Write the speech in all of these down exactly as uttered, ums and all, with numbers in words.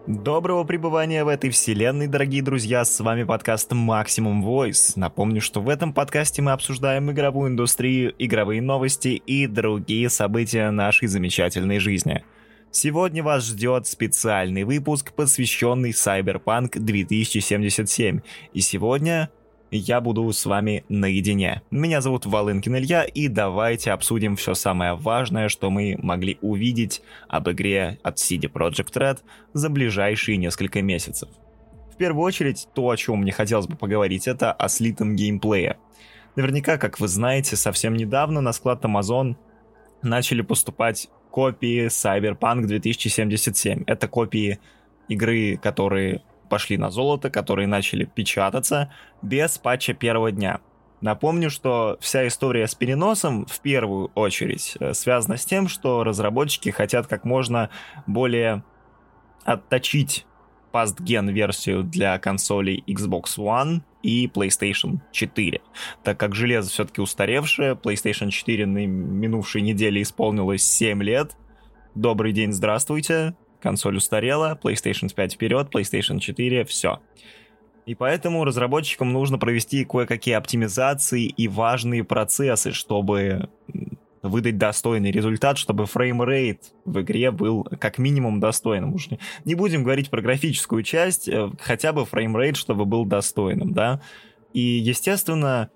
Доброго пребывания в этой вселенной, дорогие друзья, с вами подкаст Maximum Voice. Напомню, что в этом подкасте мы обсуждаем игровую индустрию, игровые новости и другие события нашей замечательной жизни. Сегодня вас ждет специальный выпуск, посвященный Cyberpunk две тысячи семьдесят семь. И сегодня я буду с вами наедине. Меня зовут Волынкин Илья, и давайте обсудим все самое важное, что мы могли увидеть об игре от си ди Projekt Red за ближайшие несколько месяцев. В первую очередь, то, о чем мне хотелось бы поговорить, это о слитом геймплее. Наверняка, как вы знаете, совсем недавно на склад Amazon начали поступать копии Cyberpunk две тысячи семьдесят семь. Это копии игры, которые пошли на золото, которые начали печататься без патча первого дня. Напомню, что вся история с переносом в первую очередь связана с тем, что разработчики хотят как можно более отточить past-gen версию для консолей Xbox One и PlayStation четыре, так как железо все-таки устаревшее. PlayStation четыре на минувшей неделе исполнилось семь лет. Добрый день, здравствуйте. Консоль устарела, PlayStation пять вперед, PlayStation четыре, все. И поэтому разработчикам нужно провести кое-какие оптимизации и важные процессы, чтобы выдать достойный результат, чтобы фреймрейт в игре был как минимум достойным. Уж не будем говорить про графическую часть, хотя бы фреймрейт, чтобы был достойным, да. И, естественно,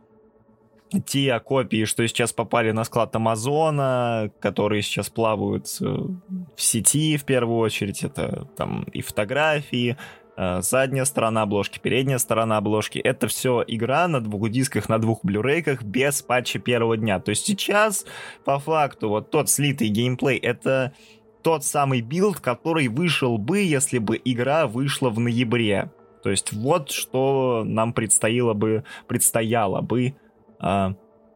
те копии, что сейчас попали на склад Амазона, которые сейчас плавают в сети в первую очередь, это там и фотографии, задняя сторона обложки, передняя сторона обложки, это все игра на двух дисках, на двух блюрейках без патча первого дня. То есть сейчас, по факту, вот тот слитый геймплей, это тот самый билд, который вышел бы, если бы игра вышла в ноябре. То есть вот что нам предстояло бы, предстояло бы А,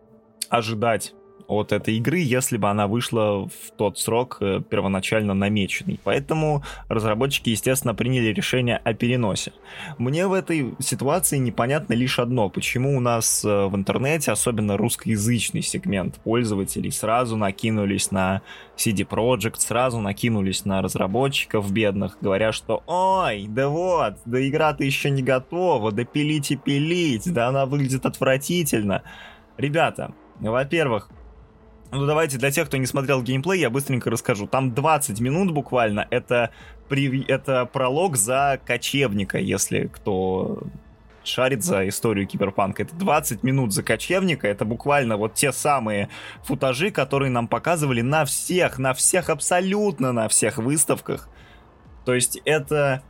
ожидать от этой игры, если бы она вышла в тот срок э, первоначально намеченный. Поэтому разработчики, естественно, приняли решение о переносе. Мне в этой ситуации непонятно лишь одно: почему у нас э, в интернете, особенно русскоязычный сегмент пользователей, сразу накинулись на си ди Projekt, сразу накинулись на разработчиков бедных, говоря, что ой, да вот, да игра-то еще не готова, да пилить и пилить, да она выглядит отвратительно. Ребята, во-первых, ну давайте для тех, кто не смотрел геймплей, я быстренько расскажу. Там двадцать минут буквально, это, при... это пролог за кочевника, если кто шарит за историю Киберпанка. Это двадцать минут за кочевника, это буквально вот те самые футажи, которые нам показывали на всех, на всех, абсолютно на всех выставках. То есть это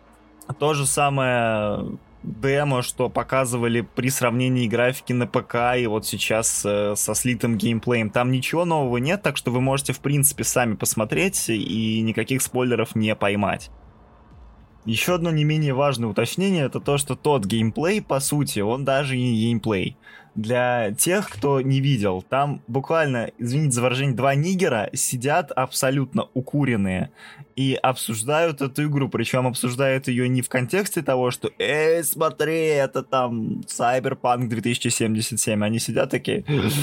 то же самое демо, что показывали при сравнении графики на ПК и вот сейчас э, со слитым геймплеем. Там ничего нового нет, так что вы можете в принципе сами посмотреть и никаких спойлеров не поймать. Еще одно не менее важное уточнение — это то, что тот геймплей, по сути, он даже не геймплей. Для тех, кто не видел, там буквально, извините за выражение, два нигера сидят абсолютно укуренные и обсуждают эту игру, причем обсуждают ее не в контексте того, что «Эй, смотри, это там Cyberpunk две тысячи семьдесят семь», они сидят такие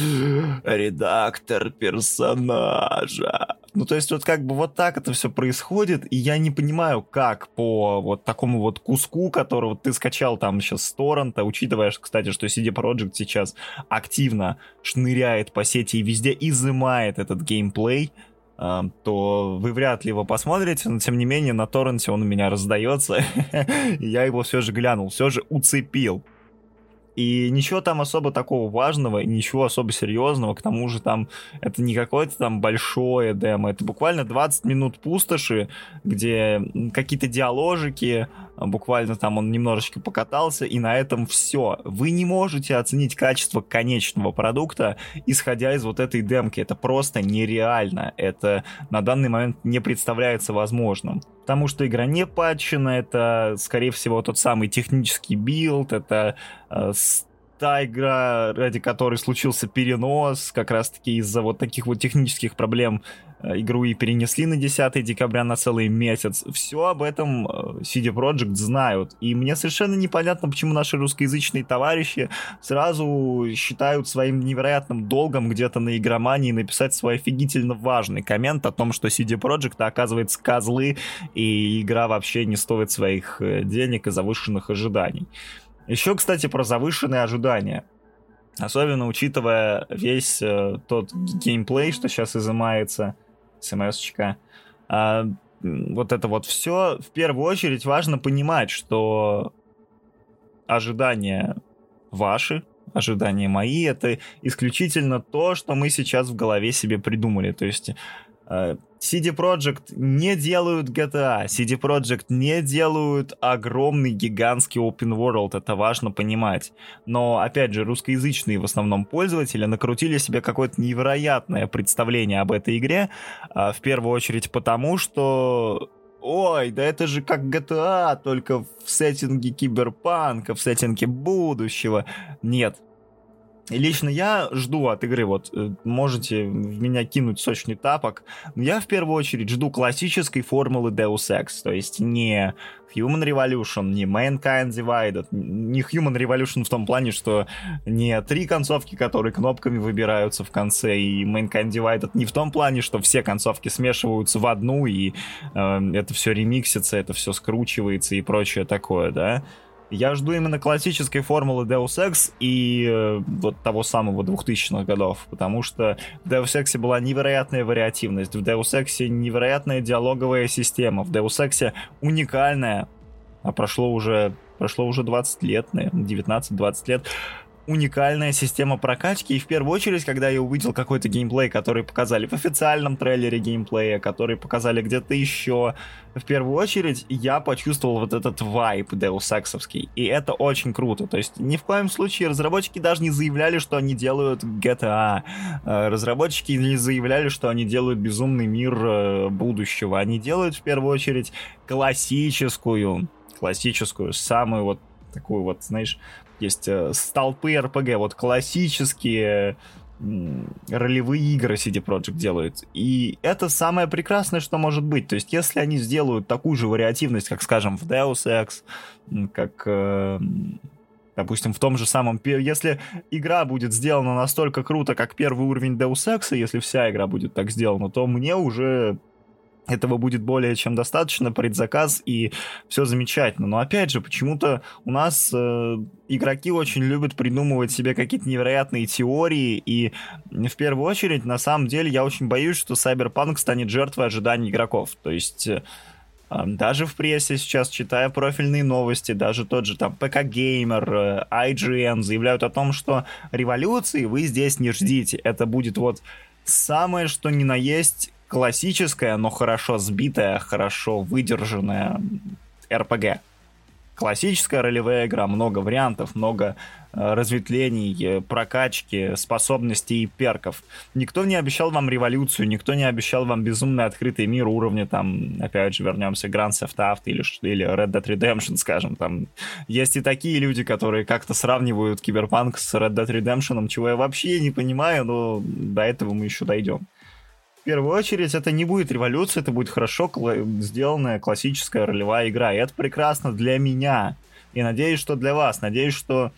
«Редактор персонажа». Ну, то есть вот как бы вот так это все происходит, и я не понимаю, как по вот такому вот куску, которого ты скачал там сейчас с торрента, учитывая, кстати, что си ди Projekt сейчас активно шныряет по сети и везде изымает этот геймплей, то вы вряд ли его посмотрите, но тем не менее на торренте он у меня раздается, и я его все же глянул, все же уцепил. И ничего там особо такого важного, ничего особо серьезного, к тому же там это не какое-то там большое демо, это буквально двадцать минут пустоши, где какие-то диаложики, буквально там он немножечко покатался, и на этом все. Вы не можете оценить качество конечного продукта, исходя из вот этой демки, это просто нереально, это на данный момент не представляется возможным. Потому что игра не патчена, это, скорее всего, тот самый технический билд, это э, та игра, ради которой случился перенос, как раз-таки из-за вот таких вот технических проблем игру и перенесли на десятое декабря на целый месяц. Все об этом си ди Projekt знают. И мне совершенно непонятно, почему наши русскоязычные товарищи сразу считают своим невероятным долгом где-то на игромании написать свой офигительно важный коммент о том, что си ди Projekt, оказывается, козлы, и игра вообще не стоит своих денег и завышенных ожиданий. Еще, кстати, про завышенные ожидания. Особенно учитывая весь э, тот геймплей, что сейчас изымается, смс-очка. А, вот это вот все. В первую очередь важно понимать, что ожидания ваши, ожидания мои, это исключительно то, что мы сейчас в голове себе придумали. То есть си ди Projekt не делают джи ти эй, си ди Projekt не делают огромный гигантский open world, это важно понимать. Но, опять же, русскоязычные в основном пользователи накрутили себе какое-то невероятное представление об этой игре, в первую очередь потому, что ой, да это же как джи ти эй, только в сеттинге киберпанка, в сеттинге будущего. Нет. И лично я жду от игры, вот, можете в меня кинуть сочный тапок, но я в первую очередь жду классической формулы Deus Ex, то есть не Human Revolution, не Mankind Divided, не Human Revolution в том плане, что не три концовки, которые кнопками выбираются в конце, и Mankind Divided не в том плане, что все концовки смешиваются в одну, и э, это все ремиксится, это все скручивается и прочее такое, да. Я жду именно классической формулы Deus Ex и э, вот того самого двухтысячных годов, потому что в Deus Ex была невероятная вариативность, в Deus Ex невероятная диалоговая система, в Deus Ex уникальная, а прошло уже, прошло уже двадцать лет, наверное, девятнадцать-двадцать лет, уникальная система прокачки, и в первую очередь, когда я увидел какой-то геймплей, который показали в официальном трейлере геймплея, который показали где-то еще, в первую очередь я почувствовал вот этот вайб Deus Ex-овский, и это очень круто. То есть ни в коем случае разработчики даже не заявляли, что они делают джи ти эй, разработчики не заявляли, что они делают безумный мир будущего, они делают в первую очередь классическую, классическую, самую вот такую вот, знаешь, есть э, столпы эр пи джи, вот классические э, ролевые игры си ди Projekt делают. И это самое прекрасное, что может быть. То есть, если они сделают такую же вариативность, как, скажем, в Deus Ex, как, э, допустим, в том же самом... Если игра будет сделана настолько круто, как первый уровень Deus Ex, если вся игра будет так сделана, то мне уже... этого будет более чем достаточно, предзаказ, и все замечательно. Но опять же, почему-то у нас э, игроки очень любят придумывать себе какие-то невероятные теории, и в первую очередь, на самом деле, я очень боюсь, что Cyberpunk станет жертвой ожиданий игроков. То есть... Э, даже в прессе сейчас, читая профильные новости, даже тот же там пи кей Gamer, ай джи эн заявляют о том, что революции вы здесь не ждите. Это будет вот самое, что ни на есть классическая, но хорошо сбитая, хорошо выдержанная эр пи джи. Классическая ролевая игра, много вариантов, много э, разветвлений, прокачки, способностей и перков. Никто не обещал вам революцию, никто не обещал вам безумно открытый мир уровня, там, опять же, вернемся, Grand Theft Auto или, или Red Dead Redemption, скажем, там. Есть и такие люди, которые как-то сравнивают Киберпанк с Red Dead Redemption, чего я вообще не понимаю, но до этого мы еще дойдем. В первую очередь, это не будет революция, это будет хорошо кла- сделанная классическая ролевая игра. И это прекрасно для меня. И надеюсь, что для вас. Надеюсь, что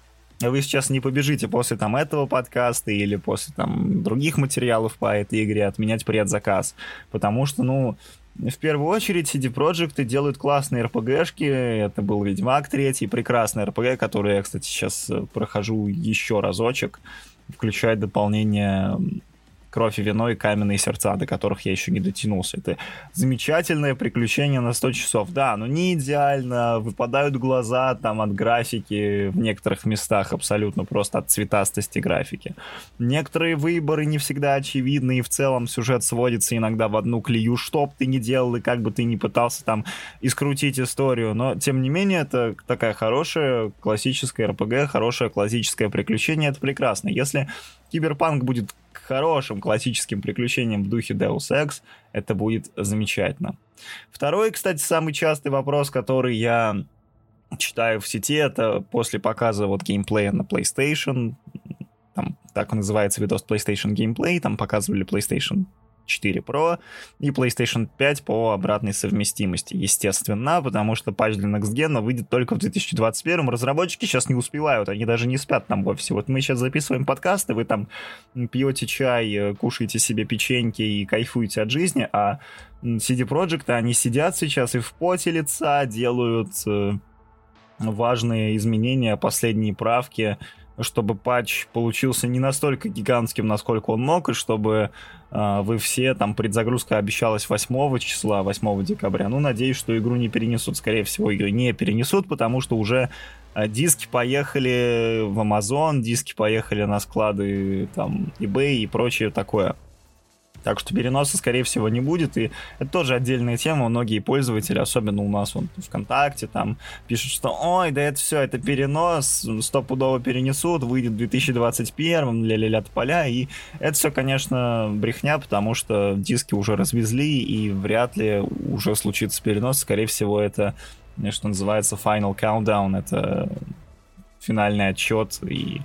вы сейчас не побежите после там этого подкаста или после там других материалов по этой игре отменять предзаказ. Потому что, ну, в первую очередь си ди Projekt делают классные эр пи джи-шки. Это был Ведьмак третий, прекрасный эр пи джи, который я, кстати, сейчас прохожу еще разочек. Включает дополнение... «Кровь и вино» и «Каменные сердца», до которых я еще не дотянулся. Это замечательное приключение на сто часов. Да, но не идеально, выпадают глаза там от графики в некоторых местах, абсолютно просто от цветастости графики. Некоторые выборы не всегда очевидны, и в целом сюжет сводится иногда в одну клею, что бы ты ни делал, и как бы ты ни пытался там искрутить историю. Но, тем не менее, это такая хорошая классическая эр пи джи, хорошее классическое приключение, это прекрасно. Если Киберпанк будет хорошим классическим приключением в духе Deus Ex, это будет замечательно. Второй, кстати, самый частый вопрос, который я читаю в сети, это после показа вот геймплея на PlayStation, там так называется видос PlayStation Gameplay, там показывали PlayStation четыре Pro и PlayStation пять по обратной совместимости, естественно, потому что патч для Next Gen выйдет только в две тысячи двадцать первом. Разработчики сейчас не успевают, они даже не спят там в офисе. Вот мы сейчас записываем подкасты, вы там пьете чай, кушаете себе печеньки и кайфуете от жизни, а си ди Projekt, они сидят сейчас и в поте лица делают важные изменения, последние правки, чтобы патч получился не настолько гигантским, насколько он мог, и чтобы э, вы все, там предзагрузка обещалась восьмого числа, восьмого декабря. Ну, надеюсь, что игру не перенесут. Скорее всего, ее не перенесут, потому что уже э, диски поехали в Amazon, диски поехали на склады там eBay и прочее такое. Так что переноса, скорее всего, не будет. И это тоже отдельная тема. Многие пользователи, особенно у нас вон, ВКонтакте, там пишут, что ой, да это все, это перенос, стопудово перенесут, выйдет в две тысячи двадцать первом, ля-ля-ля тополя. И это все, конечно, брехня, потому что диски уже развезли, и вряд ли уже случится перенос. Скорее всего, это, что называется, final countdown, это финальный отчет, и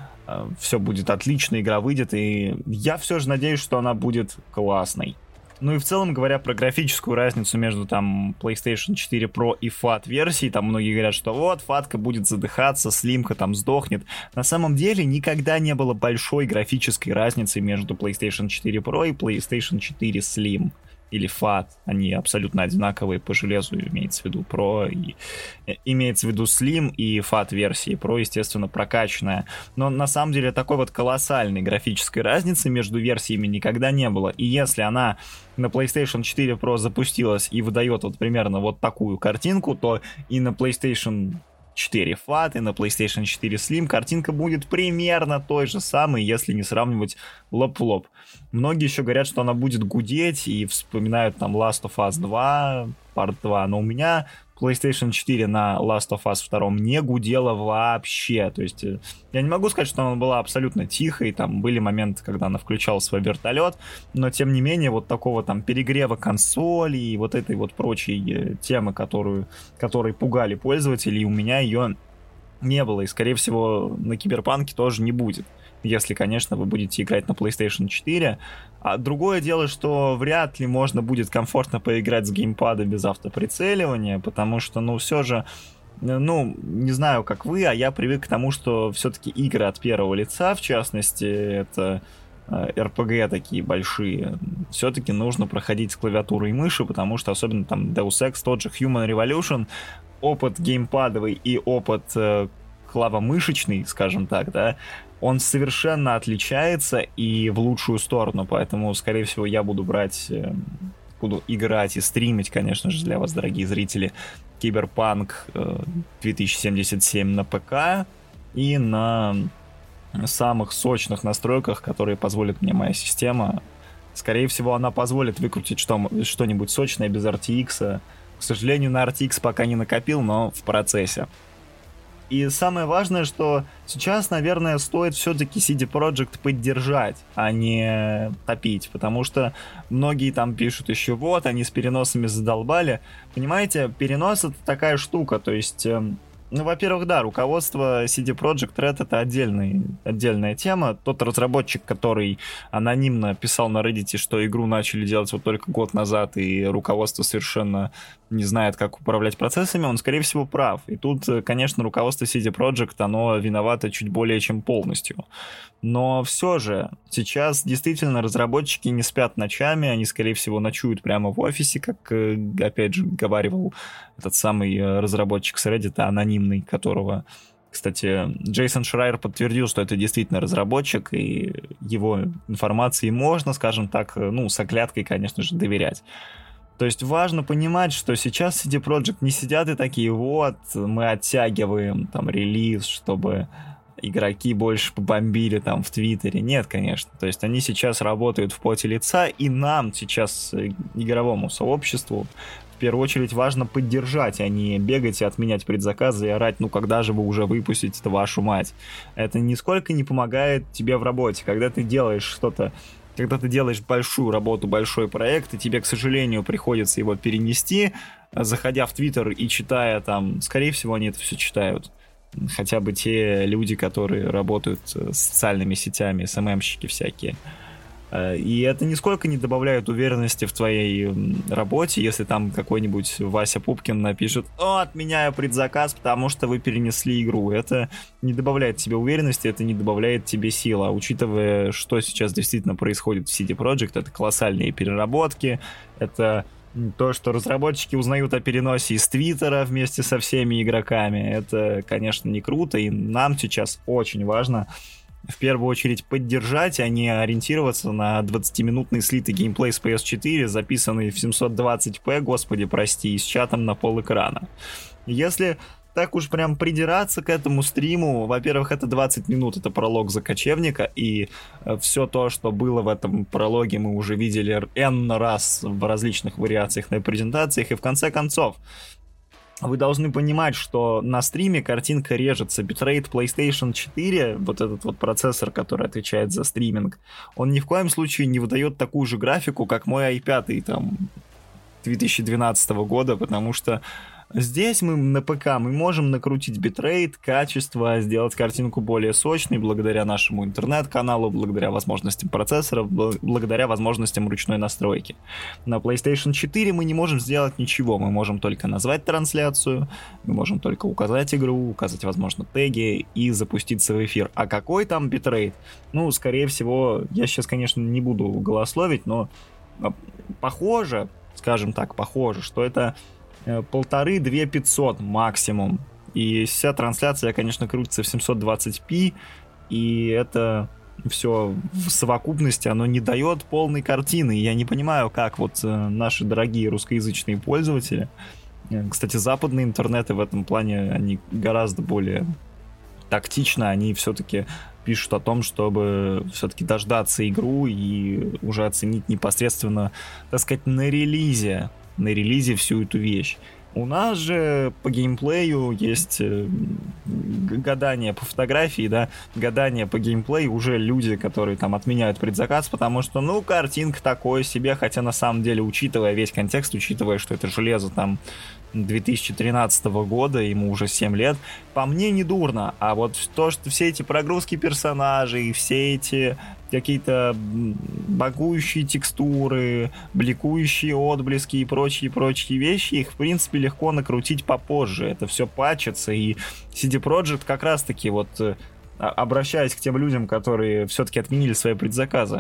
все будет отлично, игра выйдет, и я все же надеюсь, что она будет классной. Ну и в целом, говоря про графическую разницу между там PlayStation четыре Pro и фат версией, там многие говорят, что вот, фатка будет задыхаться, слимка там сдохнет. На самом деле никогда не было большой графической разницы между PlayStation четыре Pro и PlayStation четыре Slim. Или фат, они абсолютно одинаковые по железу, имеется в виду Pro, и имеется в виду Slim и фат версии, Pro, естественно, прокачанная. Но на самом деле такой вот колоссальной графической разницы между версиями никогда не было. И если она на PlayStation четыре Pro запустилась и выдает вот примерно вот такую картинку, то и на PlayStation четыре фат и на PlayStation четыре Slim картинка будет примерно той же самой, если не сравнивать лоб в лоб. Многие еще говорят, что она будет гудеть и вспоминают там Last of Us два, Part два, но у меня PlayStation четыре на Last of Us два не гудела вообще. То есть я не могу сказать, что она была абсолютно тихой, там были моменты, когда она включала свой вертолет, но тем не менее вот такого там перегрева консоли и вот этой вот прочей темы, которую, которые пугали пользователей, у меня ее не было, и скорее всего на Киберпанке тоже не будет, если, конечно, вы будете играть на PlayStation четыре. А другое дело, что вряд ли можно будет комфортно поиграть с геймпада без автоприцеливания, потому что, ну, все же, ну, не знаю, как вы, а я привык к тому, что все-таки игры от первого лица, в частности, это эр пи джи такие большие, все-таки нужно проходить с клавиатурой и мыши, потому что особенно там Deus Ex, тот же Human Revolution, опыт геймпадовый и опыт э, клавомышечный, скажем так, да, он совершенно отличается и в лучшую сторону, поэтому, скорее всего, я буду брать, э, буду играть и стримить, конечно же, для вас, дорогие зрители, Киберпанк э, две тысячи семьдесят семь на ПК и на самых сочных настройках, которые позволит мне моя система. Скорее всего, она позволит выкрутить что- что-нибудь сочное без ар ти экс. К сожалению, на ар ти экс пока не накопил, но в процессе. И самое важное, что сейчас, наверное, стоит все-таки си ди Projekt поддержать, а не топить, потому что многие там пишут еще, вот, они с переносами задолбали. Понимаете, перенос — это такая штука, то есть... Ну, во-первых, да, руководство си ди Projekt Red — это отдельный, отдельная тема. Тот разработчик, который анонимно писал на Reddit, что игру начали делать вот только год назад, и руководство совершенно не знает, как управлять процессами, он, скорее всего, прав. И тут, конечно, руководство си ди Projekt, оно виновато чуть более чем полностью. Но все же, сейчас действительно разработчики не спят ночами, они, скорее всего, ночуют прямо в офисе, как, опять же, говаривал этот самый разработчик с Reddit, анонимный, которого, кстати, Джейсон Шрайер подтвердил, что это действительно разработчик, и его информации можно, скажем так, ну, с оглядкой, конечно же, доверять. То есть важно понимать, что сейчас си ди Projekt не сидят и такие, вот, мы оттягиваем там релиз, чтобы игроки больше побомбили там в Твиттере. Нет, конечно. То есть они сейчас работают в поте лица, и нам сейчас, игровому сообществу, в первую очередь важно поддержать, а не бегать и отменять предзаказы и орать, ну когда же вы уже выпустите-то, вашу мать. Это нисколько не помогает тебе в работе. Когда ты делаешь что-то когда ты делаешь большую работу, большой проект, и тебе, к сожалению, приходится его перенести, заходя в Твиттер и читая там, скорее всего, они это все читают, хотя бы те люди, которые работают с социальными сетями, эс эм эм-щики всякие. И это нисколько не добавляет уверенности в твоей работе, если там какой-нибудь Вася Пупкин напишет: «О, отменяю предзаказ, потому что вы перенесли игру». Это не добавляет тебе уверенности, это не добавляет тебе сил. А учитывая, что сейчас действительно происходит в си ди Projekt, это колоссальные переработки, это то, что разработчики узнают о переносе из Твиттера вместе со всеми игроками, это, конечно, не круто, и нам сейчас очень важно в первую очередь поддержать, а не ориентироваться на двадцатиминутный слитый геймплей с пи эс четыре, записанный в семьсот двадцать пэ, господи, прости, с чатом на пол экрана. Если так уж прям придираться к этому стриму, во-первых, это двадцать минут, это пролог за кочевника, и все то, что было в этом прологе, мы уже видели эн раз в различных вариациях на презентациях, и в конце концов, вы должны понимать, что на стриме картинка режется. Битрейт PlayStation четыре, вот этот вот процессор, который отвечает за стриминг, он ни в коем случае не выдает такую же графику, как мой ай пять там две тысячи двенадцатого года, потому что здесь мы на ПК мы можем накрутить битрейт, качество, сделать картинку более сочной благодаря нашему интернет-каналу, благодаря возможностям процессора, благодаря возможностям ручной настройки. На PlayStation четыре мы не можем сделать ничего, мы можем только назвать трансляцию, мы можем только указать игру, указать, возможно, теги и запуститься в эфир. А какой там битрейт? Ну, скорее всего, я сейчас, конечно, не буду голословить, но похоже, скажем так, похоже, что это полторы-две пятьсот максимум. И вся трансляция, конечно, крутится в семьсот двадцать пэ, и это все в совокупности, оно не дает полной картины. И я не понимаю, как вот наши дорогие русскоязычные пользователи, кстати, западные интернеты в этом плане, они гораздо более тактично, они все-таки пишут о том, чтобы все-таки дождаться игру и уже оценить непосредственно, так сказать, на релизе на релизе всю эту вещь. У нас же по геймплею есть гадание по фотографии, да, гадание по геймплею, уже люди, которые там отменяют предзаказ, потому что, ну, картинка такое себе, хотя на самом деле, учитывая весь контекст, учитывая, что это железо там две тысячи тринадцатого года, ему уже семь лет, по мне не дурно, а вот то, что все эти прогрузки персонажей, все эти какие-то багующие текстуры, бликующие отблески и прочие-прочие вещи, их, в принципе, легко накрутить попозже. Это все патчится, и си ди Projekt как раз-таки, вот, обращаясь к тем людям, которые все-таки отменили свои предзаказы,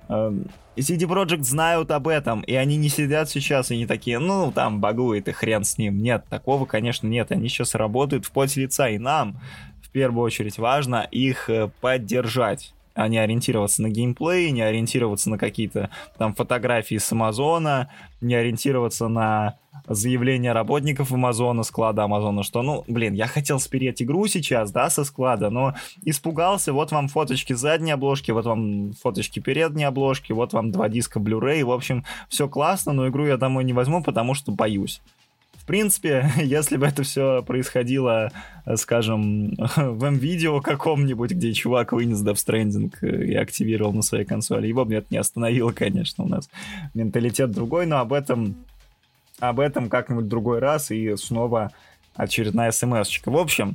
си ди Projekt знают об этом, и они не сидят сейчас и не такие, ну, там багует и хрен с ним. Нет, такого, конечно, нет. Они сейчас работают в поте лица, и нам, в первую очередь, важно их поддержать, а не ориентироваться на геймплей, не ориентироваться на какие-то там фотографии с Амазона, не ориентироваться на заявления работников Амазона, склада Амазона, что, ну, блин, я хотел спереть игру сейчас, да, со склада, но испугался, вот вам фоточки задней обложки, вот вам фоточки передней обложки, вот вам два диска Blu-ray, в общем, все классно, но игру я домой не возьму, потому что боюсь. В принципе, если бы это все происходило, скажем, в эм-видео каком-нибудь, где чувак вынес Death Stranding и активировал на своей консоли, его бы это не остановило, конечно, у нас менталитет другой, но об этом, об этом как-нибудь в другой раз, и снова очередная смс-очка. В общем,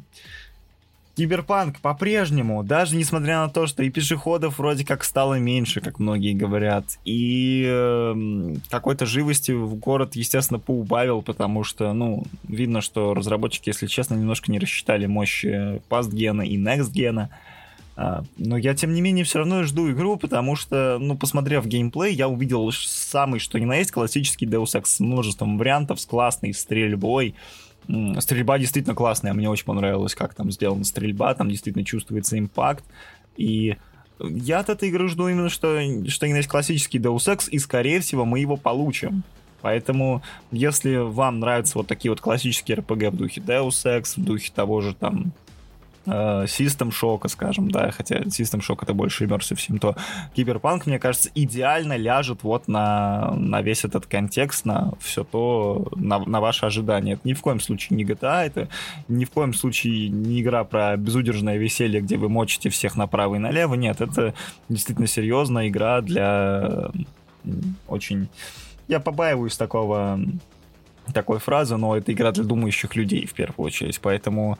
Киберпанк по-прежнему, даже несмотря на то, что и пешеходов вроде как стало меньше, как многие говорят, и э, какой-то живости в город, естественно, поубавил, потому что, ну, видно, что разработчики, если честно, немножко не рассчитали мощи пастгена и некстгена. А, но я, тем не менее, все равно жду игру, потому что, ну, посмотрев геймплей, я увидел самый, что ни на есть, классический Deus Ex с множеством вариантов, с классной стрельбой. Стрельба действительно классная, мне очень понравилось, как там сделана стрельба, там действительно чувствуется импакт, и я от этой игры жду именно, что, что есть классический Deus Ex, и, скорее всего, мы его получим. Поэтому, если вам нравятся вот такие вот классические эр пи джи в духе Deus Ex, в духе того же там System Shock, скажем, да, хотя System Shock это больше Immersive Sim, то Киберпанк, мне кажется, идеально ляжет вот на, на весь этот контекст, на все то, на, на ваши ожидания. Это ни в коем случае не джи ти эй, это ни в коем случае не игра про безудержное веселье, где вы мочите всех направо и налево, нет, это действительно серьезная игра для очень... Я побаиваюсь такого, такой фразы, но это игра для думающих людей в первую очередь, поэтому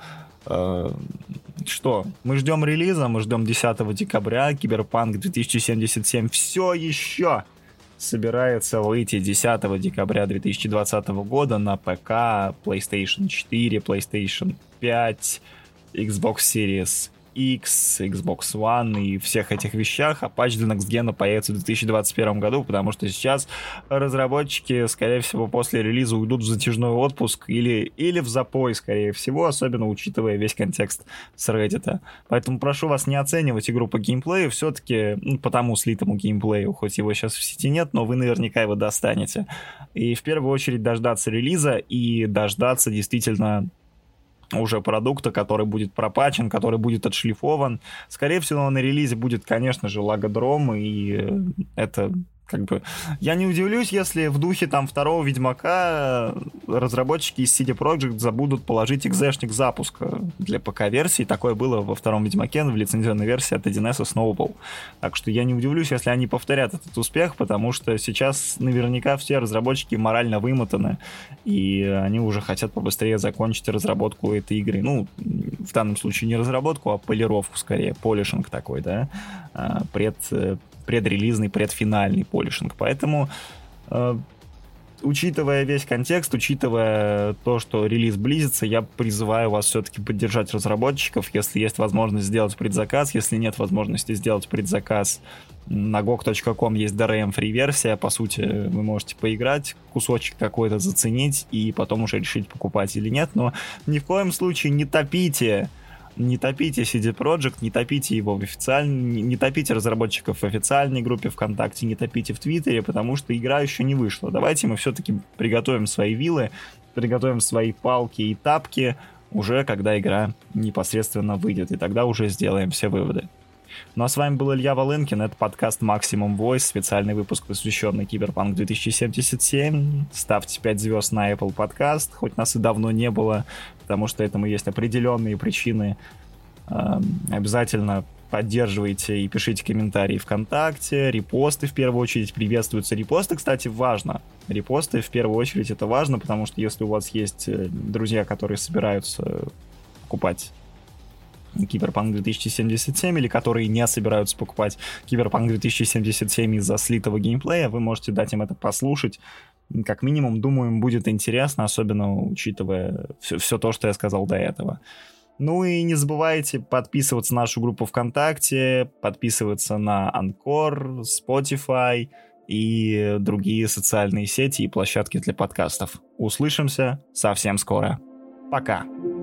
что, мы ждем релиза, мы ждем десятого декабря, Киберпанк две тысячи семьдесят семь все еще собирается выйти десятого декабря две тысячи двадцатого года на ПК, PlayStation четыре, PlayStation пять, Xbox Series X, Xbox One и всех этих вещах, а патч для Next Gen появится в две тысячи двадцать первом году, потому что сейчас разработчики, скорее всего, после релиза уйдут в затяжной отпуск или, или в запой, скорее всего, особенно учитывая весь контекст с Reddit. Поэтому прошу вас не оценивать игру по геймплею, все-таки, ну, по тому слитому геймплею, хоть его сейчас в сети нет, но вы наверняка его достанете. И в первую очередь дождаться релиза и дождаться действительно уже продукта, который будет пропатчен, который будет отшлифован. Скорее всего, на релизе будет, конечно же, лагодром, и это как бы... Я не удивлюсь, если в духе там второго Ведьмака разработчики из си ди Projekt забудут положить экзешник запуска для ПК-версии. Такое было во втором Ведьмаке в лицензионной версии от один эс и Snowball. Так что я не удивлюсь, если они повторят этот успех, потому что сейчас наверняка все разработчики морально вымотаны, и они уже хотят побыстрее закончить разработку этой игры. Ну, в данном случае не разработку, а полировку скорее, полишинг такой, да, пред... предрелизный, предфинальный полишинг. Поэтому, э, учитывая весь контекст, учитывая то, что релиз близится, я призываю вас все-таки поддержать разработчиков, если есть возможность сделать предзаказ, если нет возможности сделать предзаказ, на гог точка ком есть ди ар эм фри-версия, по сути, вы можете поиграть, кусочек какой-то заценить и потом уже решить, покупать или нет, но ни в коем случае не топите Не топите си ди Projekt, не топите его в официальной, не топите разработчиков в официальной группе ВКонтакте, не топите в Твиттере, потому что игра еще не вышла. Давайте мы все-таки приготовим свои вилы, приготовим свои палки и тапки уже когда игра непосредственно выйдет, и тогда уже сделаем все выводы. Ну а с вами был Илья Волынкин, это подкаст Maximum Voice, специальный выпуск, посвященный Киберпанк две тысячи семьдесят семь. Ставьте пять звезд на Apple Podcast, хоть нас и давно не было, потому что этому есть определенные причины. Обязательно поддерживайте и пишите комментарии ВКонтакте, репосты в первую очередь приветствуются. Репосты, кстати, важно. Репосты в первую очередь это важно, потому что если у вас есть друзья, которые собираются покупать Киберпанк две тысячи семьдесят семь, или которые не собираются покупать Киберпанк две тысячи семьдесят семь из-за слитого геймплея, вы можете дать им это послушать. Как минимум, думаю, им будет интересно, особенно учитывая все, все то, что я сказал до этого. Ну и не забывайте подписываться на нашу группу ВКонтакте, подписываться на Anchor, Spotify и другие социальные сети и площадки для подкастов. Услышимся совсем скоро. Пока!